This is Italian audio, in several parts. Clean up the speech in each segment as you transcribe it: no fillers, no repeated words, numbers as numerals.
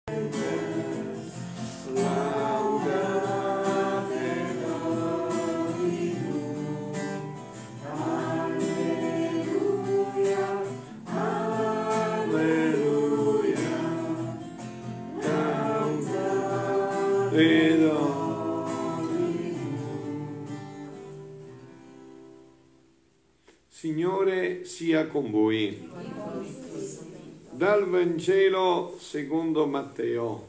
Signore sia con voi. Dal Vangelo secondo Matteo.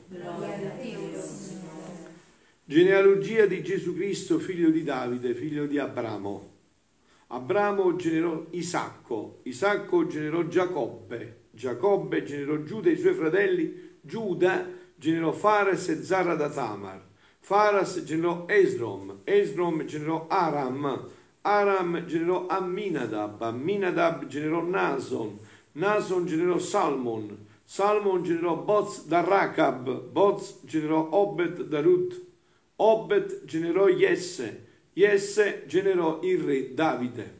Genealogia di Gesù Cristo, figlio di Davide, figlio di Abramo. Abramo generò Isacco, Isacco generò Giacobbe, Giacobbe generò Giuda e i suoi fratelli, Giuda generò Fares e Zara da Tamar, Faras generò Esrom, Esrom generò Aram, Aram generò Amminadab, Amminadab generò Nason, Nason generò Salmon, Salmon generò Boz da Racab, Boz generò Obed da Rut, Obed generò Jesse, Jesse generò il re Davide.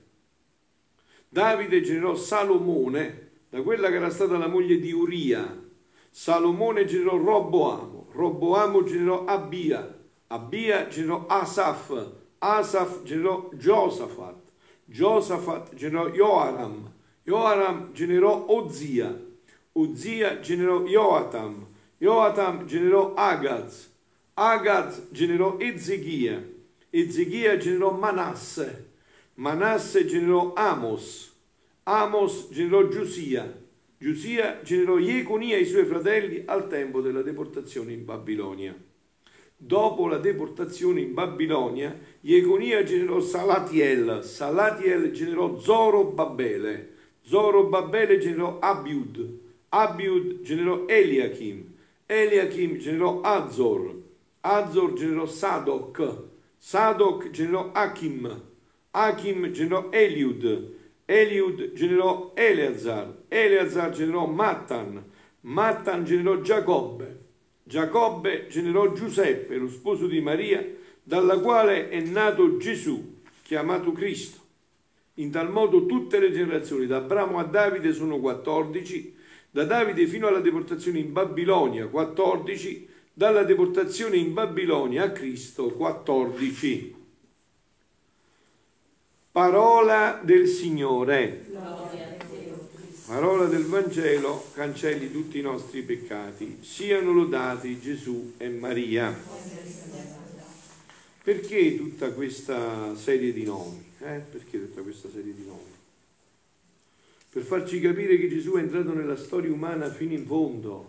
Davide generò Salomone, da quella che era stata la moglie di Uria. Salomone generò Roboamo, Roboamo generò Abia, Abia generò Asaf, Asaf generò Giosafat, Giosafat generò Joaram, Joaram generò Ozia, Ozia generò Joatam, Joatam generò Agaz, Agaz generò Ezechia, Ezechia generò Manasse, Manasse generò Amos, Amos generò Giusia, Giusia generò Jeconia e i suoi fratelli al tempo della deportazione in Babilonia. Dopo la deportazione in Babilonia, Jeconia generò Salatiel, Salatiel generò Zorobabele, Zorobabele generò Abiud, Abiud generò Eliachim, Eliachim generò Azor, Azor generò Sadoc, Sadoc generò Achim, Achim generò Eliud, Eliud generò Eleazar, Eleazar generò Mattan, Mattan generò Giacobbe, Giacobbe generò Giuseppe, lo sposo di Maria, dalla quale è nato Gesù, chiamato Cristo. In tal modo tutte le generazioni da Abramo a Davide sono 14, da Davide fino alla deportazione in Babilonia 14, dalla deportazione in Babilonia a Cristo 14. Parola del Signore. Parola del Vangelo, cancelli tutti i nostri peccati. Siano lodati Gesù e Maria. Perché tutta questa serie di nomi? Perché tutta questa serie di nomi? Per farci capire che Gesù è entrato nella storia umana fino in fondo,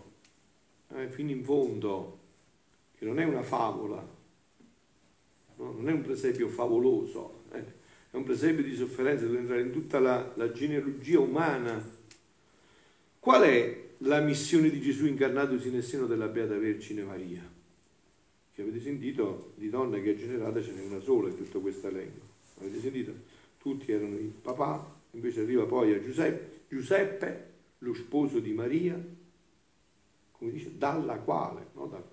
che non è una favola, no? Non è un presepio favoloso, è un presepio di sofferenza, deve entrare in tutta la genealogia umana. Qual è la missione di Gesù incarnatosi nel seno della Beata Vergine Maria? Che avete sentito, di donna che è generata ce n'è una sola in tutta questa lingua. Avete sentito? Tutti erano il papà, invece arriva poi a Giuseppe, lo sposo di Maria, come dice, dalla quale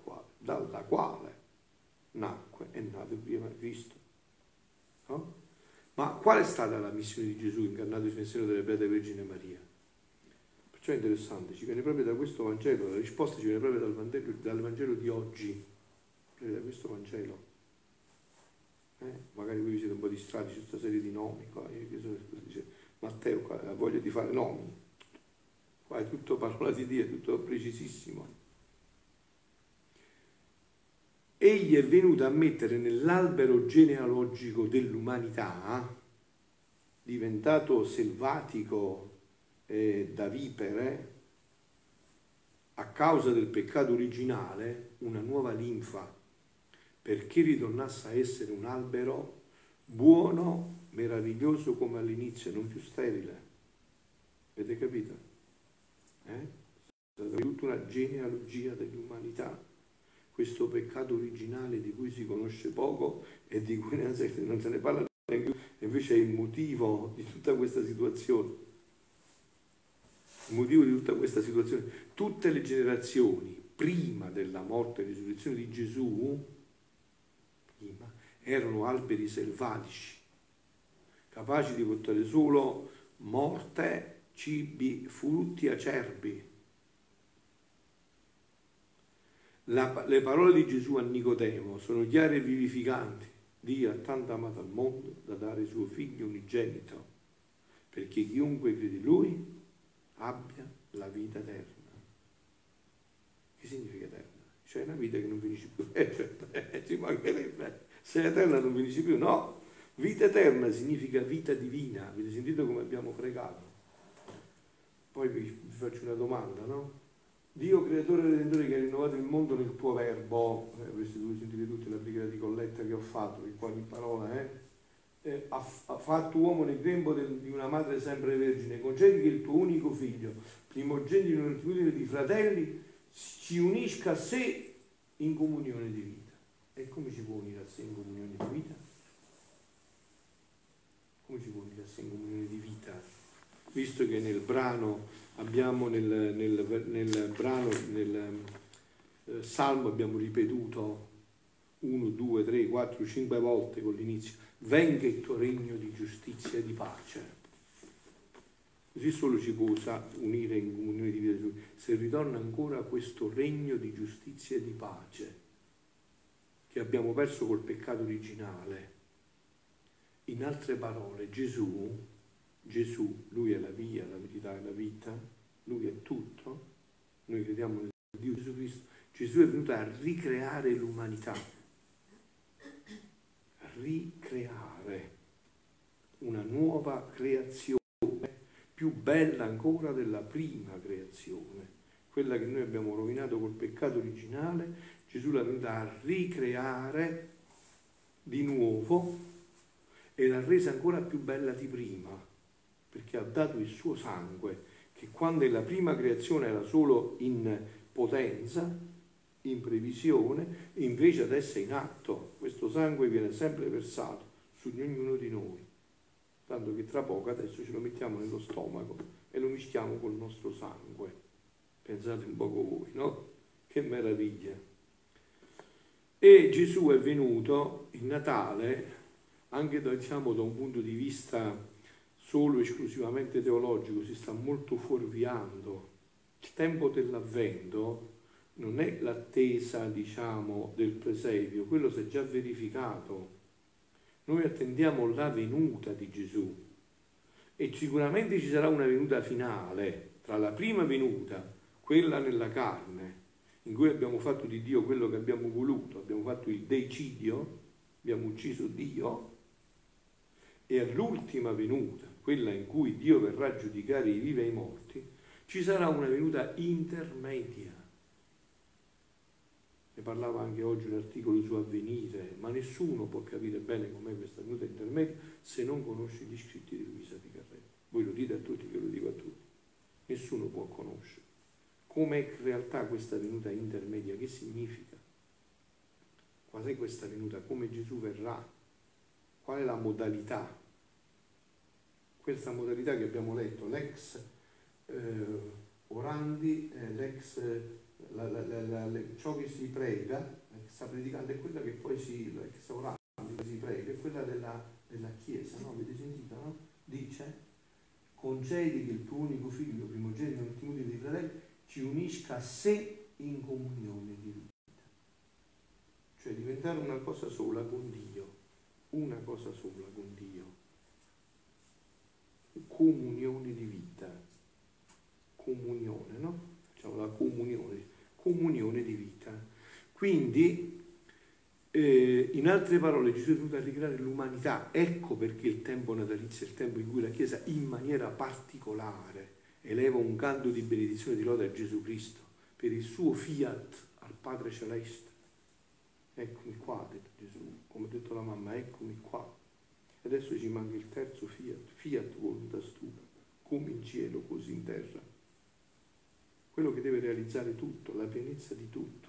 nacque, è nato prima Cristo. No? Ma qual è stata la missione di Gesù incarnatosi nel seno della Beata Vergine Maria? Perciò è interessante, ci viene proprio da questo Vangelo, la risposta ci viene proprio dal Vangelo di oggi, proprio da questo Vangelo. Magari voi vi siete un po' distratti su questa serie di nomi, qua dice Matteo qua ha voglia di fare nomi, qua è tutto parola di Dio, è tutto precisissimo. Egli è venuto a mettere nell'albero genealogico dell'umanità, diventato selvatico da vipere, a causa del peccato originale, una nuova linfa, perché ritornasse a essere un albero buono, meraviglioso come all'inizio, non più sterile. Avete capito? È stata tutta una genealogia dell'umanità. Questo peccato originale di cui si conosce poco e di cui non se ne parla neanche più, invece è il motivo di tutta questa situazione. Il motivo di tutta questa situazione. Tutte le generazioni prima della morte e risurrezione di Gesù erano alberi selvatici, capaci di portare solo morte, cibi, frutti acerbi. Le parole di Gesù a Nicodemo sono chiare e vivificanti. Dio ha tanto amato al mondo da dare suo figlio unigenito, perché chiunque crede in lui abbia la vita eterna. Che significa eterna? Cioè una vita che non finisce più. Ci mancherebbe. Se è eterna non finisce più, no. Vita eterna significa vita divina. Avete sentito come abbiamo pregato? Poi vi faccio una domanda, no? Dio creatore e redentore che ha rinnovato il mondo nel tuo verbo, avreste dovuto sentire tutte la preghiera di colletta che ho fatto, che qua in parola, ha fatto uomo nel grembo di una madre sempre vergine, concedi che il tuo unico figlio, primogenito in una moltitudine di fratelli, ci unisca a sé in comunione di vita. E come ci può unire a sé in comunione di vita? Come ci può unire a sé in comunione di vita? Visto che nel brano abbiamo Salmo abbiamo ripetuto 1, 2, 3, 4, 5 volte con l'inizio: venga il tuo regno di giustizia e di pace. Così solo ci può unire in comunione di vita se ritorna ancora questo regno di giustizia e di pace che abbiamo perso col peccato originale. In altre parole, Gesù, lui è la via, la verità e la vita, lui è tutto, noi crediamo nel Dio Gesù Cristo. Gesù è venuto a ricreare l'umanità, ricreare una nuova creazione, più bella ancora della prima creazione, quella che noi abbiamo rovinato col peccato originale. Gesù l'ha venuta a ricreare di nuovo e l'ha resa ancora più bella di prima, perché ha dato il suo sangue, che quando la prima creazione era solo in potenza, in previsione, invece adesso è in atto. Questo sangue viene sempre versato su ognuno di noi, tanto che tra poco adesso ce lo mettiamo nello stomaco e lo mischiamo col nostro sangue. Pensate un poco voi, no? Che meraviglia! E Gesù è venuto, il Natale, anche da un punto di vista solo esclusivamente teologico, si sta molto fuorviando. Il tempo dell'Avvento non è l'attesa, del presepio, quello si è già verificato. Noi attendiamo la venuta di Gesù e sicuramente ci sarà una venuta finale, tra la prima venuta, quella nella carne, in cui abbiamo fatto di Dio quello che abbiamo voluto, abbiamo fatto il decidio, abbiamo ucciso Dio, e all'ultima venuta, quella in cui Dio verrà a giudicare i vivi e i morti, ci sarà una venuta intermedia. Ne parlava anche oggi un articolo su Avvenire, ma nessuno può capire bene com'è questa venuta intermedia se non conosce gli scritti di Luisa Picarretta. Voi lo dite a tutti, che lo dico a tutti. Nessuno può conoscere. Com'è in realtà questa venuta intermedia? Che significa? Qual è questa venuta? Come Gesù verrà? Qual è la modalità? Questa modalità che abbiamo letto, l'ex orandi, ciò che si prega, sta predicando, è quella che poi l'ex orandi che si prega, è quella della Chiesa, no? Avete sentito, no? Dice: concedi che il tuo unico figlio, primogenito nel multitudine dei fratelli, ci unisca a sé in comunione di vita. Cioè diventare una cosa sola con Dio, una cosa sola con Dio. Comunione di vita, comunione, no? Diciamo la comunione di vita. Quindi, in altre parole, Gesù è venuto a ricreare l'umanità. Ecco perché il tempo natalizio è il tempo in cui la Chiesa in maniera particolare eleva un canto di benedizione e di lode a Gesù Cristo per il suo fiat al Padre Celeste. Eccomi qua, ha detto Gesù, come ha detto la mamma, eccomi qua. Adesso ci manca il terzo fiat voluntas tua, come in cielo così in terra. Quello che deve realizzare tutto, la pienezza di tutto.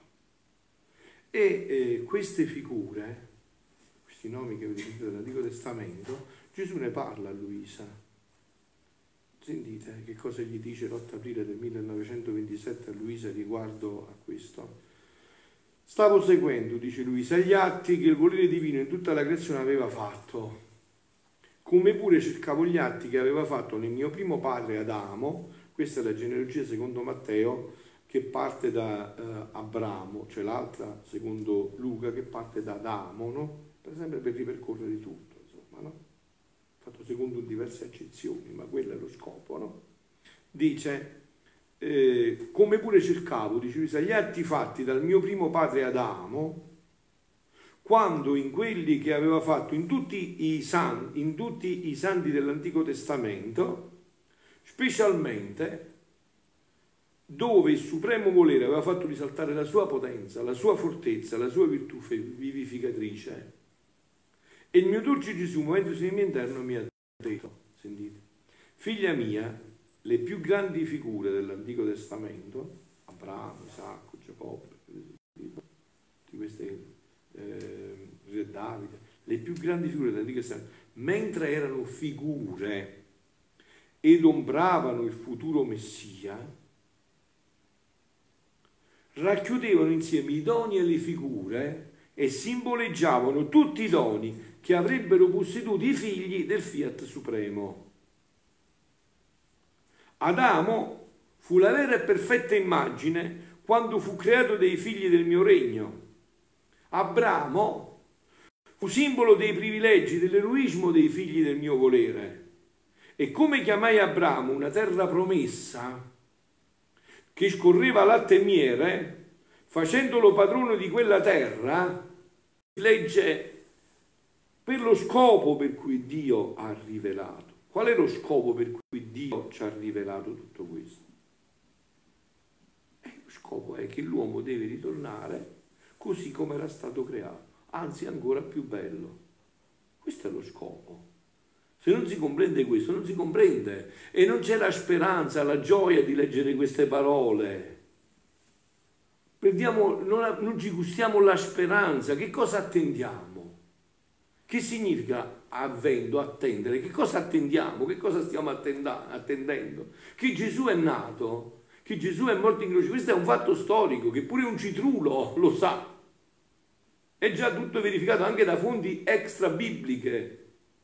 E queste figure, questi nomi che avete sentito dall'Antico Testamento, Gesù ne parla a Luisa. Sentite che cosa gli dice l'8 aprile del 1927 a Luisa riguardo a questo. Stavo seguendo, dice Luisa, gli atti che il volere divino in tutta la creazione aveva fatto, come pure cercavo gli atti che aveva fatto nel mio primo padre Adamo. Questa è la genealogia secondo Matteo, che parte da Abramo, cioè l'altra, secondo Luca, che parte da Adamo, no? Per esempio, per ripercorrere tutto, insomma, no? Fatto secondo diverse accezioni, ma quello è lo scopo, no? Dice, come pure cercavo, dice Luisa, gli atti fatti dal mio primo padre Adamo, quando in quelli che aveva fatto in tutti i santi dell'Antico Testamento, specialmente dove il supremo volere aveva fatto risaltare la sua potenza, la sua fortezza, la sua virtù vivificatrice. E il mio dolce Gesù, muovendosi nel mio interno, mi ha detto, sentite, figlia mia, le più grandi figure dell'Antico Testamento, Abramo, Isacco, Giacobbe, di queste Re Davide, le più grandi figure dell'Antico Testamento, mentre erano figure ed ombravano il futuro Messia, racchiudevano insieme i doni e le figure e simboleggiavano tutti i doni che avrebbero posseduto i figli del Fiat Supremo. Adamo fu la vera e perfetta immagine quando fu creato dei figli del mio regno. Abramo fu simbolo dei privilegi dell'eroismo dei figli del mio volere. E come chiamai Abramo una terra promessa che scorreva latte e miele, facendolo padrone di quella terra, legge per lo scopo per cui Dio ha rivelato. Qual è lo scopo per cui Dio ci ha rivelato tutto questo? Lo scopo è che l'uomo deve ritornare così come era stato creato, anzi ancora più bello. Questo è lo scopo. Se non si comprende questo, non si comprende. E non c'è la speranza, la gioia di leggere queste parole. Perdiamo, non ci gustiamo la speranza. Che cosa attendiamo? Che significa avvento, attendere? Che cosa attendiamo? Che cosa stiamo attendendo? Che Gesù è nato, che Gesù è morto in croce. Questo è un fatto storico, che pure un citrulo lo sa. È già tutto verificato anche da fonti extra bibliche.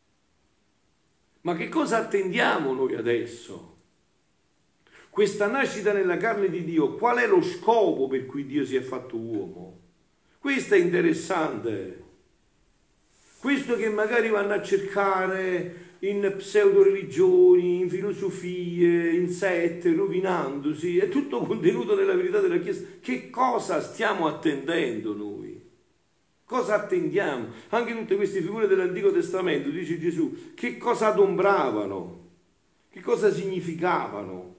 Ma che cosa attendiamo noi adesso? Questa nascita nella carne di Dio, qual è lo scopo per cui Dio si è fatto uomo? Questo è interessante. Questo che magari vanno a cercare in pseudo-religioni, in filosofie, in sette, rovinandosi, è tutto contenuto nella verità della Chiesa. Che cosa stiamo attendendo noi? Cosa attendiamo? Anche tutte queste figure dell'Antico Testamento, dice Gesù, che cosa adombravano? Che cosa significavano?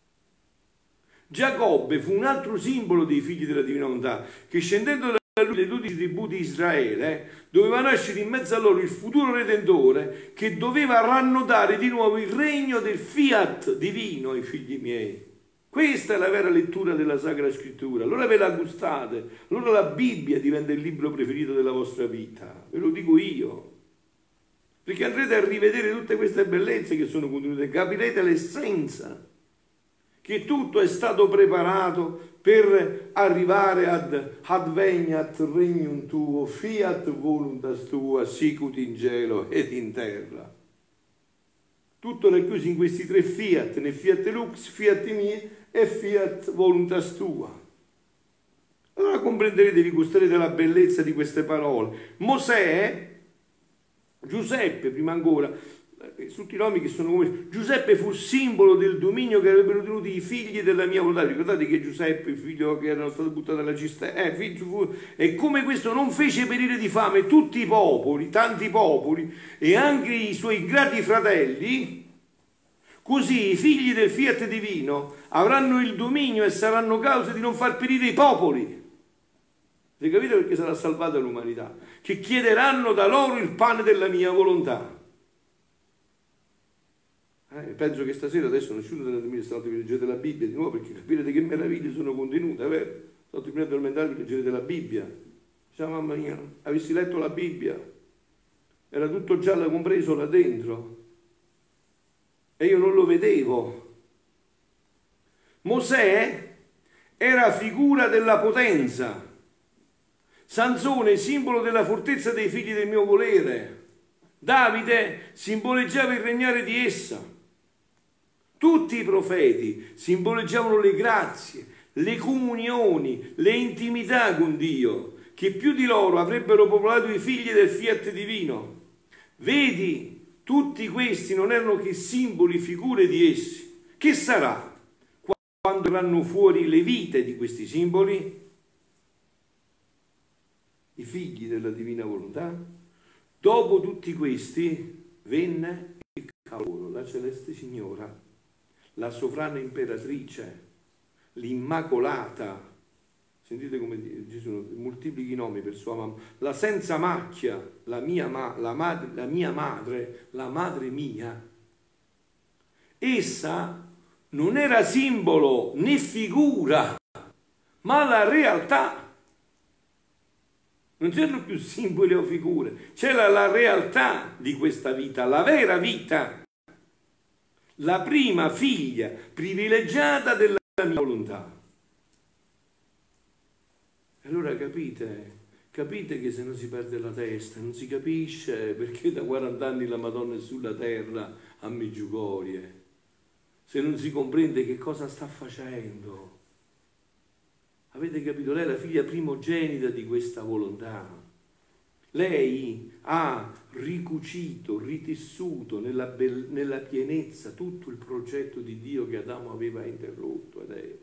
Giacobbe fu un altro simbolo dei figli della divina volontà, che scendendo da lui le 12 tribù di Israele, doveva nascere in mezzo a loro il futuro Redentore, che doveva rannodare di nuovo il regno del fiat divino ai figli miei. Questa è la vera lettura della Sacra Scrittura. Allora ve la gustate, allora la Bibbia diventa il libro preferito della vostra vita, ve lo dico io. Perché andrete a rivedere tutte queste bellezze che sono contenute, capirete l'essenza, che tutto è stato preparato per arrivare ad adveniat regnum tuo, fiat voluntas tua, sicut in cielo ed in terra. Tutto racchiuso in questi tre fiat, nel fiat lux, fiat mie e fiat voluntas tua. Allora comprenderete, vi gusterete la bellezza di queste parole. Mosè, Giuseppe, prima ancora, tutti i nomi che sono come Giuseppe fu simbolo del dominio che avrebbero tenuti i figli della mia volontà. Ricordate che Giuseppe, il figlio che erano stati buttati nella cisterna, e come questo non fece perire di fame tutti i popoli, tanti popoli, e anche i suoi grati fratelli, così i figli del fiat divino avranno il dominio e saranno causa di non far perire i popoli. Avete capito perché sarà salvata l'umanità? Che chiederanno da loro il pane della mia volontà. Penso che stasera adesso nessuno della 2000 stato vi leggete la Bibbia di nuovo, perché capirete che meraviglie sono contenute, vero? State prima di addormentarvi, leggete la Bibbia. Diciamo, mamma mia, avessi letto la Bibbia, era tutto giallo compreso là dentro. E io non lo vedevo. Mosè era figura della potenza, Sansone simbolo della fortezza dei figli del mio volere, Davide simboleggiava il regnare di essa, tutti i profeti simboleggiavano le grazie, le comunioni, le intimità con Dio, che più di loro avrebbero popolato i figli del fiat divino. Vedi, tutti questi non erano che simboli, figure di essi. Che sarà quando verranno fuori le vite di questi simboli? I figli della divina volontà? Dopo tutti questi venne il capolavoro, la celeste signora, la sovrana imperatrice, l'Immacolata. Sentite come Gesù moltiplichi i nomi per sua mamma. La senza macchia, la mia madre, la madre mia. Essa non era simbolo né figura, ma la realtà. Non c'erano più simboli o figure, c'era la realtà di questa vita, la vera vita, la prima figlia privilegiata della mia volontà. Allora capite che se non si perde la testa, non si capisce perché da 40 anni la Madonna è sulla terra a Meggiugorie. Se non si comprende che cosa sta facendo. Avete capito? Lei è la figlia primogenita di questa volontà. Lei ha ricucito, ritessuto nella pienezza tutto il progetto di Dio che Adamo aveva interrotto ed Eva.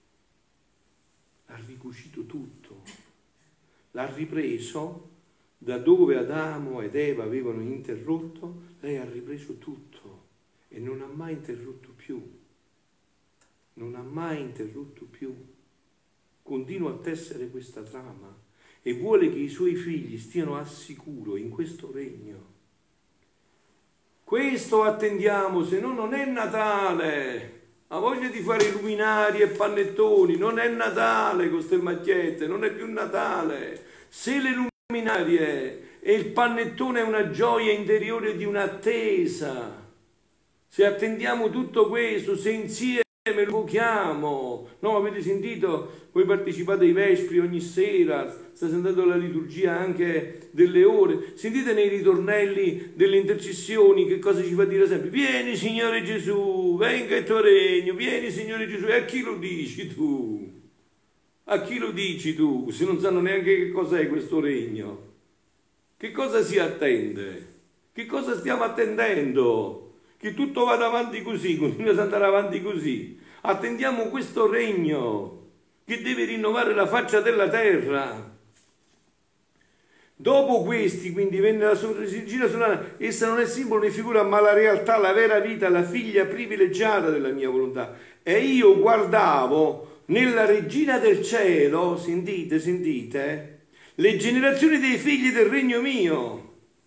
Ha ricucito tutto. L'ha ripreso da dove Adamo ed Eva avevano interrotto, lei ha ripreso tutto. E non ha mai interrotto più. Non ha mai interrotto più. Continua a tessere questa trama e vuole che i suoi figli stiano al sicuro in questo regno. Questo attendiamo, se no non è Natale. Ha voglia di fare luminari e pannettoni, non è Natale con queste macchiette, non è più Natale. Se le luminarie e il panettone è una gioia interiore di un'attesa, se attendiamo tutto questo, se insieme lo invochiamo, no? Avete sentito? Voi partecipate ai Vespri ogni sera, sta sentendo la liturgia anche delle ore, sentite nei ritornelli delle intercessioni che cosa ci fa dire sempre? Vieni Signore Gesù, venga il tuo regno, vieni Signore Gesù. E a chi lo dici tu? A chi lo dici tu? Se non sanno neanche che cos'è questo regno. Che cosa si attende? Che cosa stiamo attendendo? Che tutto vada avanti così, continua ad andare avanti così. Attendiamo questo regno che deve rinnovare la faccia della terra. Dopo questi, quindi, venne la regina solana. Essa non è simbolo né figura, ma la realtà, la vera vita, la figlia privilegiata della mia volontà. E io guardavo nella regina del cielo, sentite, le generazioni dei figli del regno mio.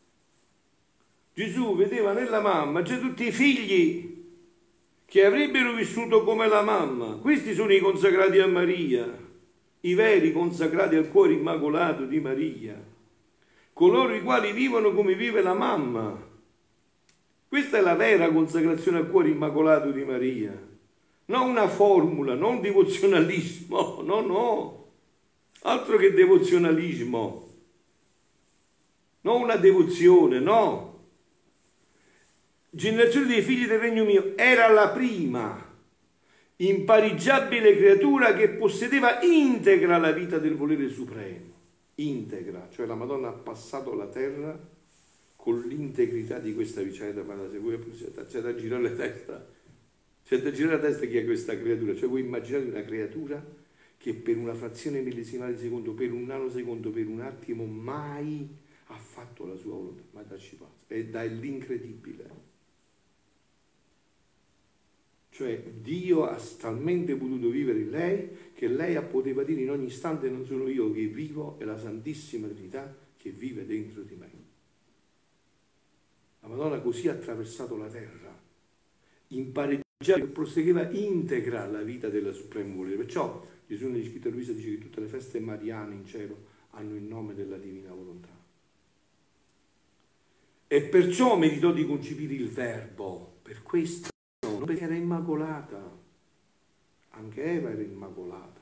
Gesù vedeva nella mamma, cioè tutti i figli che avrebbero vissuto come la mamma. Questi sono i consacrati a Maria, i veri consacrati al cuore immacolato di Maria, coloro i quali vivono come vive la mamma. Questa è la vera consacrazione al cuore immacolato di Maria, non una formula, non devozionalismo, no, altro che devozionalismo, non una devozione, no. Generazione dei figli del regno mio era la prima impareggiabile creatura che possedeva integra la vita del volere supremo. Integra, cioè la Madonna ha passato la terra con l'integrità di questa vicenda. Se voi c'è da girare la testa, c'è da girare la testa chi è questa creatura. Cioè voi immaginate una creatura che per una frazione millesimale di secondo, per un nanosecondo, per un attimo mai ha fatto la sua volontà, ma darci pazzo. È dall'incredibile. Cioè Dio ha talmente potuto vivere in lei che lei poteva dire in ogni istante: non sono io che vivo, è la Santissima Trinità che vive dentro di me. La Madonna così ha attraversato la terra, impareggiata, proseguiva integra la vita della Suprema Volere. Perciò Gesù negli scritti a Luisa dice che tutte le feste mariane in cielo hanno il nome della Divina Volontà. E perciò meritò di concepire il Verbo, per questo. Non perché era immacolata, anche Eva era immacolata,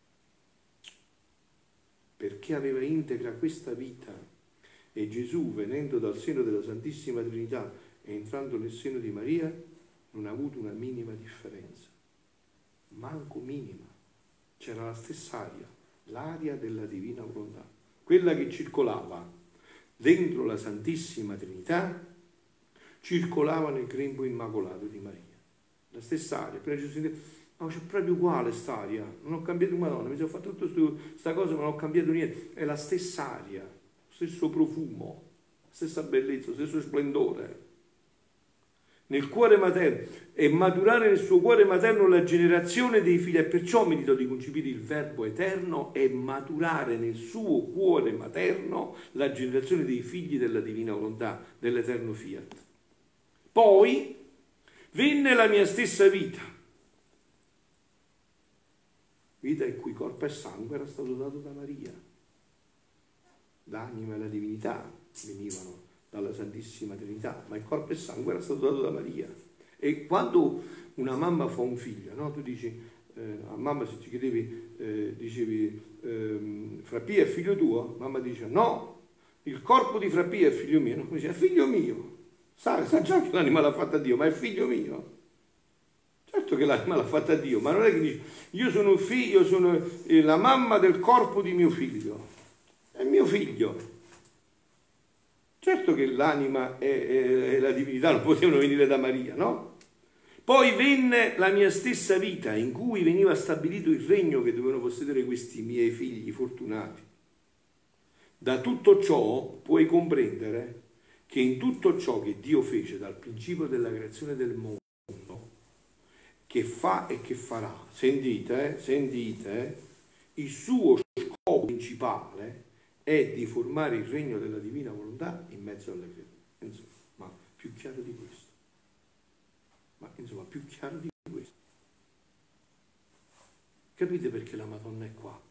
perché aveva integra questa vita. E Gesù, venendo dal seno della Santissima Trinità e entrando nel seno di Maria, non ha avuto una minima differenza, manco minima. c'era la stessa aria, l'aria della divina volontà, quella che circolava dentro la Santissima Trinità, circolava nel grembo immacolato di Maria. La stessa aria, appena ci sentite, ma c'è proprio uguale st'aria, non ho cambiato Madonna, mi sono fatto tutta questa cosa ma non ho cambiato niente, è la stessa aria, lo stesso profumo, la stessa bellezza, lo stesso splendore. Nel cuore materno e maturare nel suo cuore materno la generazione dei figli, e perciò medito di concepire il Verbo eterno e maturare nel suo cuore materno la generazione dei figli della divina volontà, dell'eterno fiat. Poi venne la mia stessa vita in cui corpo e sangue era stato dato da Maria. L'anima e la divinità venivano dalla Santissima Trinità, ma il corpo e sangue era stato dato da Maria. E quando una mamma fa un figlio, no? Tu dici, a mamma se ti chiedevi, dicevi, Frappia è figlio tuo? Mamma dice, no, il corpo di Frappia è figlio mio. No? Dice, è figlio mio. Sa già che l'anima l'ha fatta Dio, ma è figlio mio. Certo che l'anima l'ha fatta Dio, ma non è che dice, io sono un figlio, sono la mamma del corpo di mio figlio. È mio figlio. Certo che l'anima e la divinità non potevano venire da Maria, no? Poi venne la mia stessa vita in cui veniva stabilito il regno che dovevano possedere questi miei figli fortunati. Da tutto ciò puoi comprendere che in tutto ciò che Dio fece dal principio della creazione del mondo, che fa e che farà, sentite, il suo scopo principale è di formare il regno della divina volontà in mezzo alle creature. Insomma, ma più chiaro di questo. Più chiaro di questo. Capite perché la Madonna è qua?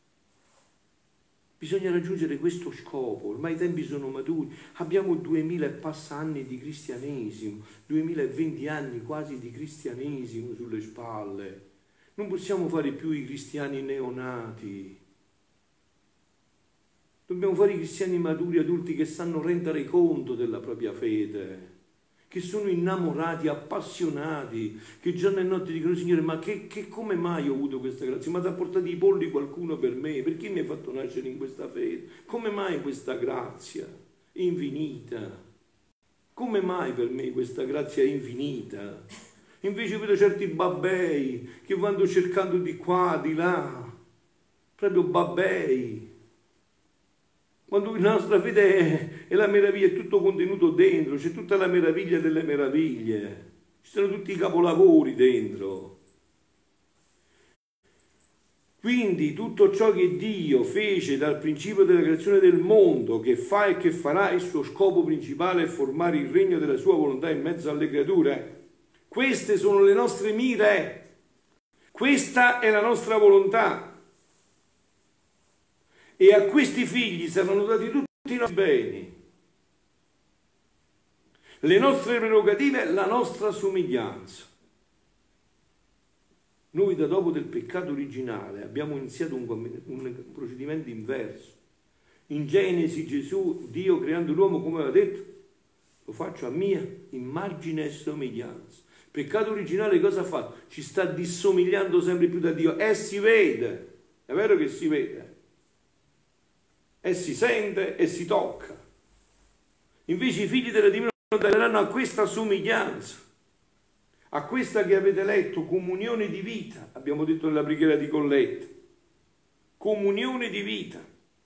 Bisogna raggiungere questo scopo. Ormai i tempi sono maturi. Abbiamo 2000 e passa anni di cristianesimo, 2020 anni quasi di cristianesimo sulle spalle. Non possiamo fare più i cristiani neonati. Dobbiamo fare i cristiani maturi, adulti, che sanno rendere conto della propria fede, che sono innamorati, appassionati, che giorno e notte dicono, Signore, ma come mai ho avuto questa grazia? Ma ti ha portato i polli qualcuno per me? Perché mi hai fatto nascere in questa fede? Come mai questa grazia infinita? Come mai per me questa grazia infinita? Invece vedo certi babbei che vanno cercando di qua, di là, proprio babbei. Quando la nostra fede è la meraviglia, è tutto contenuto dentro, c'è tutta la meraviglia delle meraviglie, ci sono tutti i capolavori dentro. Quindi tutto ciò che Dio fece dal principio della creazione del mondo, che fa e che farà, il suo scopo principale è formare il regno della sua volontà in mezzo alle creature. Queste sono le nostre mire, questa è la nostra volontà. E a questi figli saranno dati tutti i nostri beni, le nostre prerogative, la nostra somiglianza. Noi da dopo del peccato originale abbiamo iniziato un procedimento inverso. In Genesi Gesù, Dio creando l'uomo, come aveva detto, lo faccio a mia immagine e somiglianza. Il peccato originale cosa ha fatto? Ci sta dissomigliando sempre più da Dio e si vede, è vero che si vede. E si sente e si tocca. Invece i figli della divina volontà daranno a questa somiglianza, a questa che avete letto, comunione di vita, abbiamo detto nella preghiera di Colletta, comunione di vita.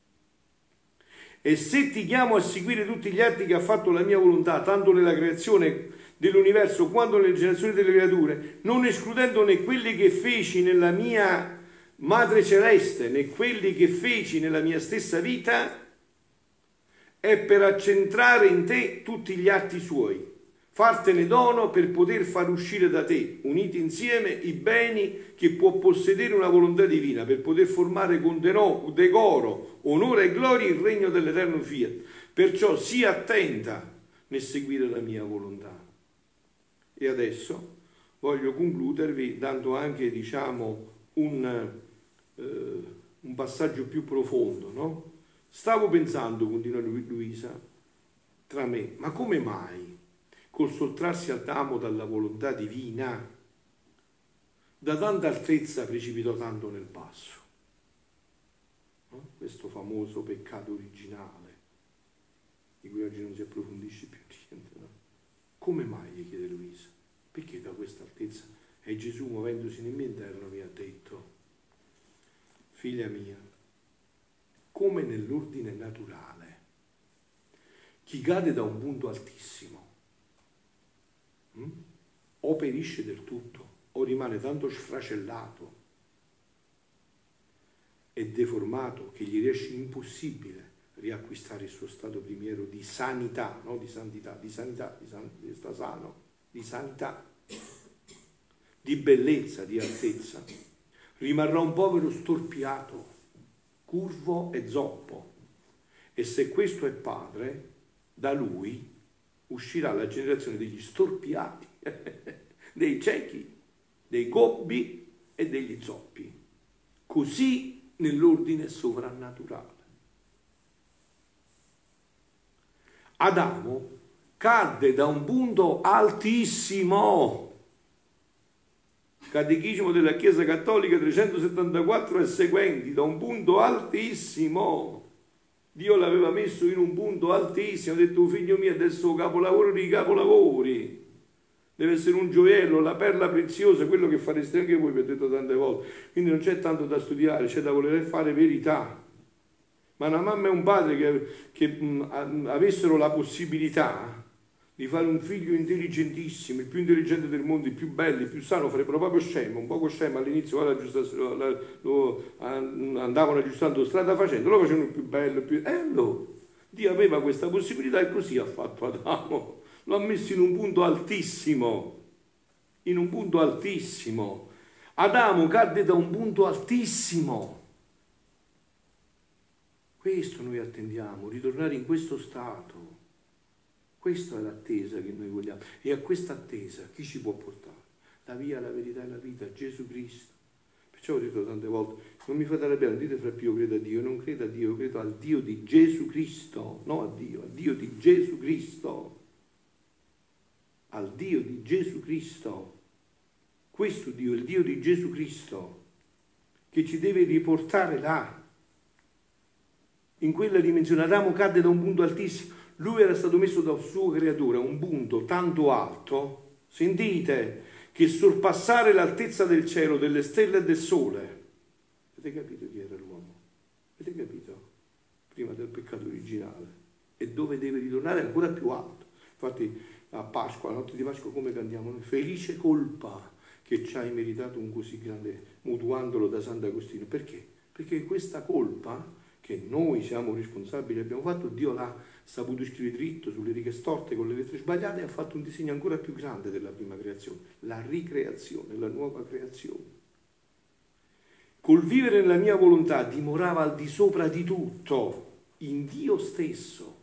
E se ti chiamo a seguire tutti gli atti che ha fatto la mia volontà, tanto nella creazione dell'universo quanto nelle generazioni delle creature, non escludendo né quelli che feci nella mia Madre Celeste, né quelli che feci nella mia stessa vita, è per accentrare in te tutti gli atti suoi, fartene dono per poter far uscire da te, uniti insieme, i beni che può possedere una volontà divina, per poter formare con decoro, onore e gloria il regno dell'eterno fiat. Perciò sii attenta nel seguire la mia volontà. E adesso voglio concludervi dando anche, un passaggio più profondo, no? Stavo pensando, continua Luisa, tra me, ma come mai col sottrarsi al tamo dalla volontà divina da tanta altezza precipitò tanto nel basso. No? Questo famoso peccato originale, di cui oggi non si approfondisce più niente. No? Come mai, gli chiede Luisa? Perché da questa altezza? E Gesù, muovendosi nel mio interno, mi ha detto: figlia mia, come nell'ordine naturale, chi cade da un punto altissimo o perisce del tutto o rimane tanto sfracellato e deformato che gli riesce impossibile riacquistare il suo stato primiero di sanità, no di santità, di sanità, di sta sano, di sanità, di bellezza, di altezza, rimarrà un povero storpiato, curvo e zoppo. E se questo è padre, da lui uscirà la generazione degli storpiati, dei ciechi, dei gobbi e degli zoppi. Così nell'ordine sovrannaturale. Adamo cadde da un punto altissimo. Catechismo della Chiesa Cattolica 374 e seguenti, da un punto altissimo. Dio l'aveva messo in un punto altissimo, ha detto: figlio mio, adesso capolavoro di capolavori. Deve essere un gioiello, la perla preziosa, quello che fareste anche voi, vi ho detto tante volte. Quindi non c'è tanto da studiare, c'è da voler fare verità. Ma una mamma e un padre che avessero la possibilità di fare un figlio intelligentissimo, il più intelligente del mondo, il più bello, il più sano, farebbero proprio scemo, un poco scemo all'inizio, andavano aggiustando strada facendo, lo facevano il più bello, allora, Dio aveva questa possibilità e così ha fatto Adamo, lo ha messo in un punto altissimo, in un punto altissimo. Adamo cadde da un punto altissimo. Questo noi attendiamo, ritornare in questo stato. Questa è l'attesa che noi vogliamo. E a questa attesa chi ci può portare? La via, la verità e la vita, Gesù Cristo. Perciò ho detto tante volte: non mi fate arrabbiare, non dite fra più io credo a Dio, non credo a Dio, io credo al Dio di Gesù Cristo, non a Dio, al Dio di Gesù Cristo. Al Dio di Gesù Cristo. Questo Dio, il Dio di Gesù Cristo, che ci deve riportare là, in quella dimensione. Adamo cadde da un punto altissimo. Lui era stato messo dal suo creatore a un punto tanto alto, sentite, che sorpassare l'altezza del cielo, delle stelle e del sole. Avete capito chi era l'uomo? Avete capito? Prima del peccato originale. E dove deve ritornare ancora più alto. Infatti a Pasqua, la notte di Pasqua, come cantiamo? Felice colpa che ci hai meritato un così grande, mutuandolo da Sant'Agostino. Perché? Perché questa colpa che noi siamo responsabili, abbiamo fatto, Dio l'ha saputo scrivere dritto sulle righe storte con le lettere sbagliate e ha fatto un disegno ancora più grande della prima creazione, la ricreazione, la nuova creazione. Col vivere nella mia volontà dimorava al di sopra di tutto, in Dio stesso.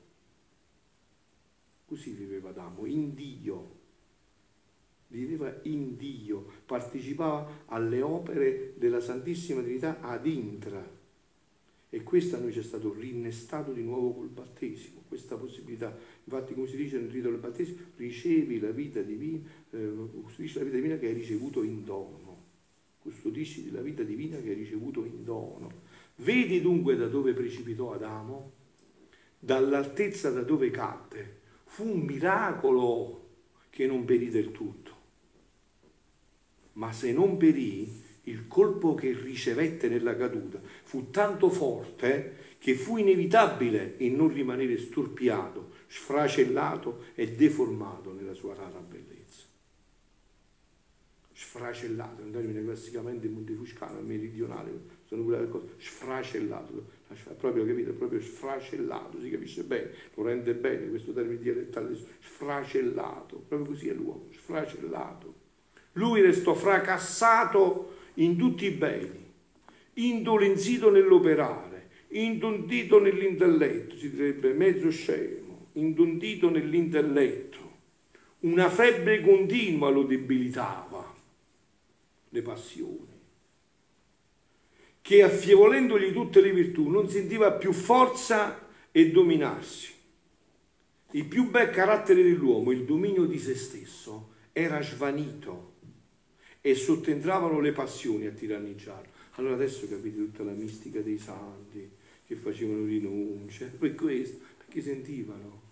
Così viveva Adamo, in Dio. Viveva in Dio, partecipava alle opere della Santissima Trinità ad intra. E questo a noi ci è stato rinnestato di nuovo col battesimo, questa possibilità. Infatti, come si dice nel rito del battesimo, ricevi la vita divina, custodisci la vita divina che hai ricevuto in dono. Custodisci la vita divina che hai ricevuto in dono. Vedi dunque da dove precipitò Adamo? Dall'altezza da dove cadde. Fu un miracolo che non perì del tutto. Ma se non perì, il colpo che ricevette nella caduta fu tanto forte che fu inevitabile il non rimanere storpiato, sfracellato e deformato nella sua rara bellezza. Sfracellato, è un termine classicamente montefuscano, meridionale, sono pure le cose, sfracellato, proprio, capito, proprio sfracellato, si capisce bene, lo rende bene questo termine dialettale, sfracellato, proprio così è l'uomo, sfracellato. Lui restò fracassato in tutti i beni, indolenzito nell'operare, indondito nell'intelletto, si direbbe mezzo scemo, indondito nell'intelletto. Una febbre continua lo debilitava, le passioni, che affievolendogli tutte le virtù non sentiva più forza e dominarsi. Il più bel carattere dell'uomo, il dominio di se stesso, era svanito e sottentravano le passioni a tiranneggiarlo. Allora adesso capite tutta la mistica dei santi che facevano rinunce, per questo, perché sentivano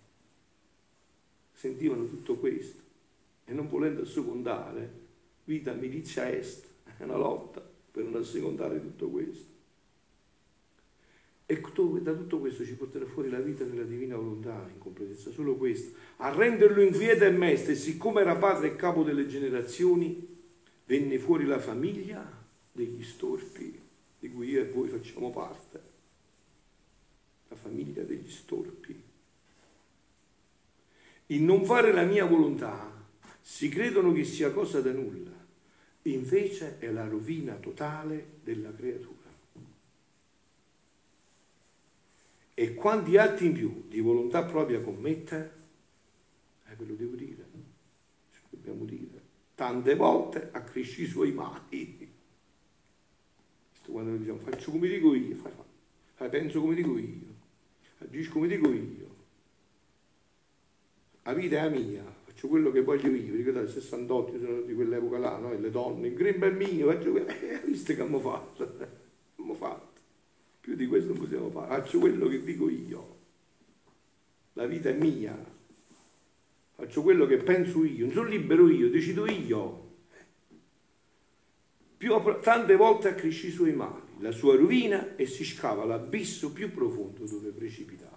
tutto questo e non volendo assecondare, vita milizia est, è una lotta per non assecondare tutto questo. E da tutto questo ci porterà fuori la vita nella divina volontà, in completezza, solo questo. A renderlo inquieto e mesto, e siccome era padre e capo delle generazioni, venne fuori la famiglia degli storpi, di cui io e voi facciamo parte. La famiglia degli storpi. Il non fare la mia volontà si credono che sia cosa da nulla, invece è la rovina totale della creatura. E quanti atti in più di volontà propria commette, ve lo devo dire, ce lo dobbiamo dire, tante volte accresci i suoi mali. Quando noi diciamo faccio come dico io, penso come dico io, agisco come dico io, la vita è la mia, faccio quello che voglio io. Ricordate, 68 sono di quell'epoca là, no? E le donne, il grembo è mio, faccio quello, visto che abbiamo fatto, abbiamo fatto. Più di questo non possiamo fare, faccio quello che dico io, la vita è mia, faccio quello che penso io, non sono libero io, decido io. Tante volte accresci i suoi mali, la sua rovina, e si scava l'abisso più profondo dove precipitare.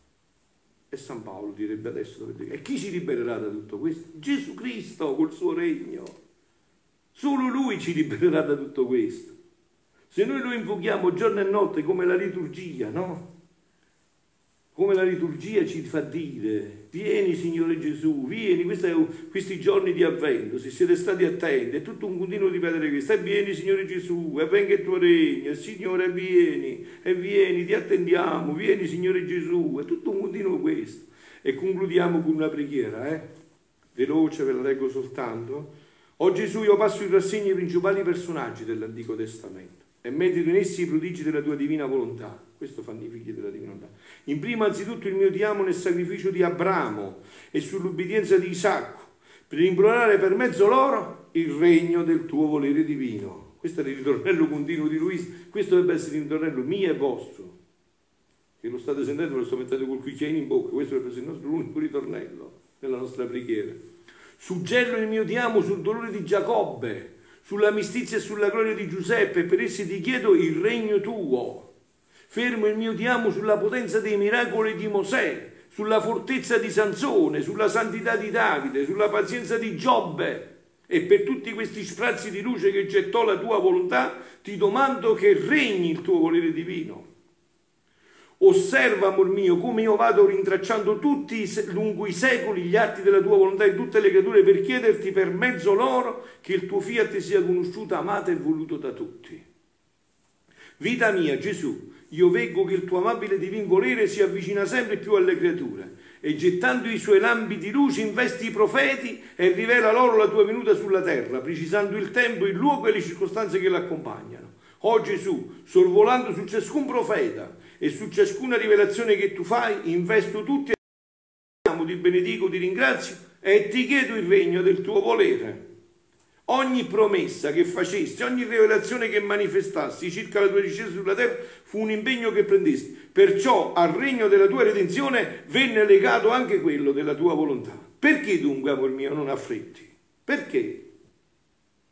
E San Paolo direbbe adesso, e chi ci libererà da tutto questo? Gesù Cristo col suo regno, solo Lui ci libererà da tutto questo. Se noi lo invochiamo giorno e notte come la liturgia, no? Come la liturgia ci fa dire, vieni Signore Gesù, vieni, questi giorni di avvento, se siete stati attenti, è tutto un continuo ripetere questo, e vieni Signore Gesù, e venga il tuo regno, Signore vieni, ti attendiamo, vieni Signore Gesù, è tutto un continuo questo. E concludiamo con una preghiera, veloce, ve la leggo soltanto. O Gesù, io passo in rassegna i principali personaggi dell'Antico Testamento e medito in essi i prodigi della tua divina volontà. Questo fanno i figli della divina volontà. In primo anzitutto il mio ti amo nel sacrificio di Abramo e sull'ubbidienza di Isacco, per implorare per mezzo loro il regno del tuo volere divino. Questo è il ritornello continuo di Luisa, questo deve essere il ritornello mio e vostro. Che lo state sentendo, ve lo sto mettendo col cucchiaino in bocca, questo deve essere il nostro unico ritornello nella nostra preghiera. Suggello il mio ti amo sul dolore di Giacobbe, sulla mestizia e sulla gloria di Giuseppe, per essi ti chiedo il regno tuo. Fermo il mio ti amo sulla potenza dei miracoli di Mosè, sulla fortezza di Sansone, sulla santità di Davide, sulla pazienza di Giobbe, e per tutti questi sprazzi di luce che gettò la tua volontà, ti domando che regni il tuo volere divino. Osserva, amor mio, come io vado rintracciando tutti lungo i secoli gli atti della tua volontà in tutte le creature, per chiederti per mezzo loro che il tuo fiat sia conosciuto, amato e voluto da tutti. Vita mia, Gesù, io veggo che il tuo amabile divin volere si avvicina sempre più alle creature e gettando i suoi lampi di luce investi i profeti e rivela loro la tua venuta sulla terra, precisando il tempo, il luogo e le circostanze che l'accompagnano. O Gesù, sorvolando su ciascun profeta e su ciascuna rivelazione che tu fai, investo tutti e ti benedico, ti ringrazio e ti chiedo il regno del tuo volere. Ogni promessa che facesti, ogni rivelazione che manifestassi circa la tua discesa sulla terra fu un impegno che prendesti. Perciò al regno della tua redenzione venne legato anche quello della tua volontà. Perché dunque, amor mio, non affretti? Perché?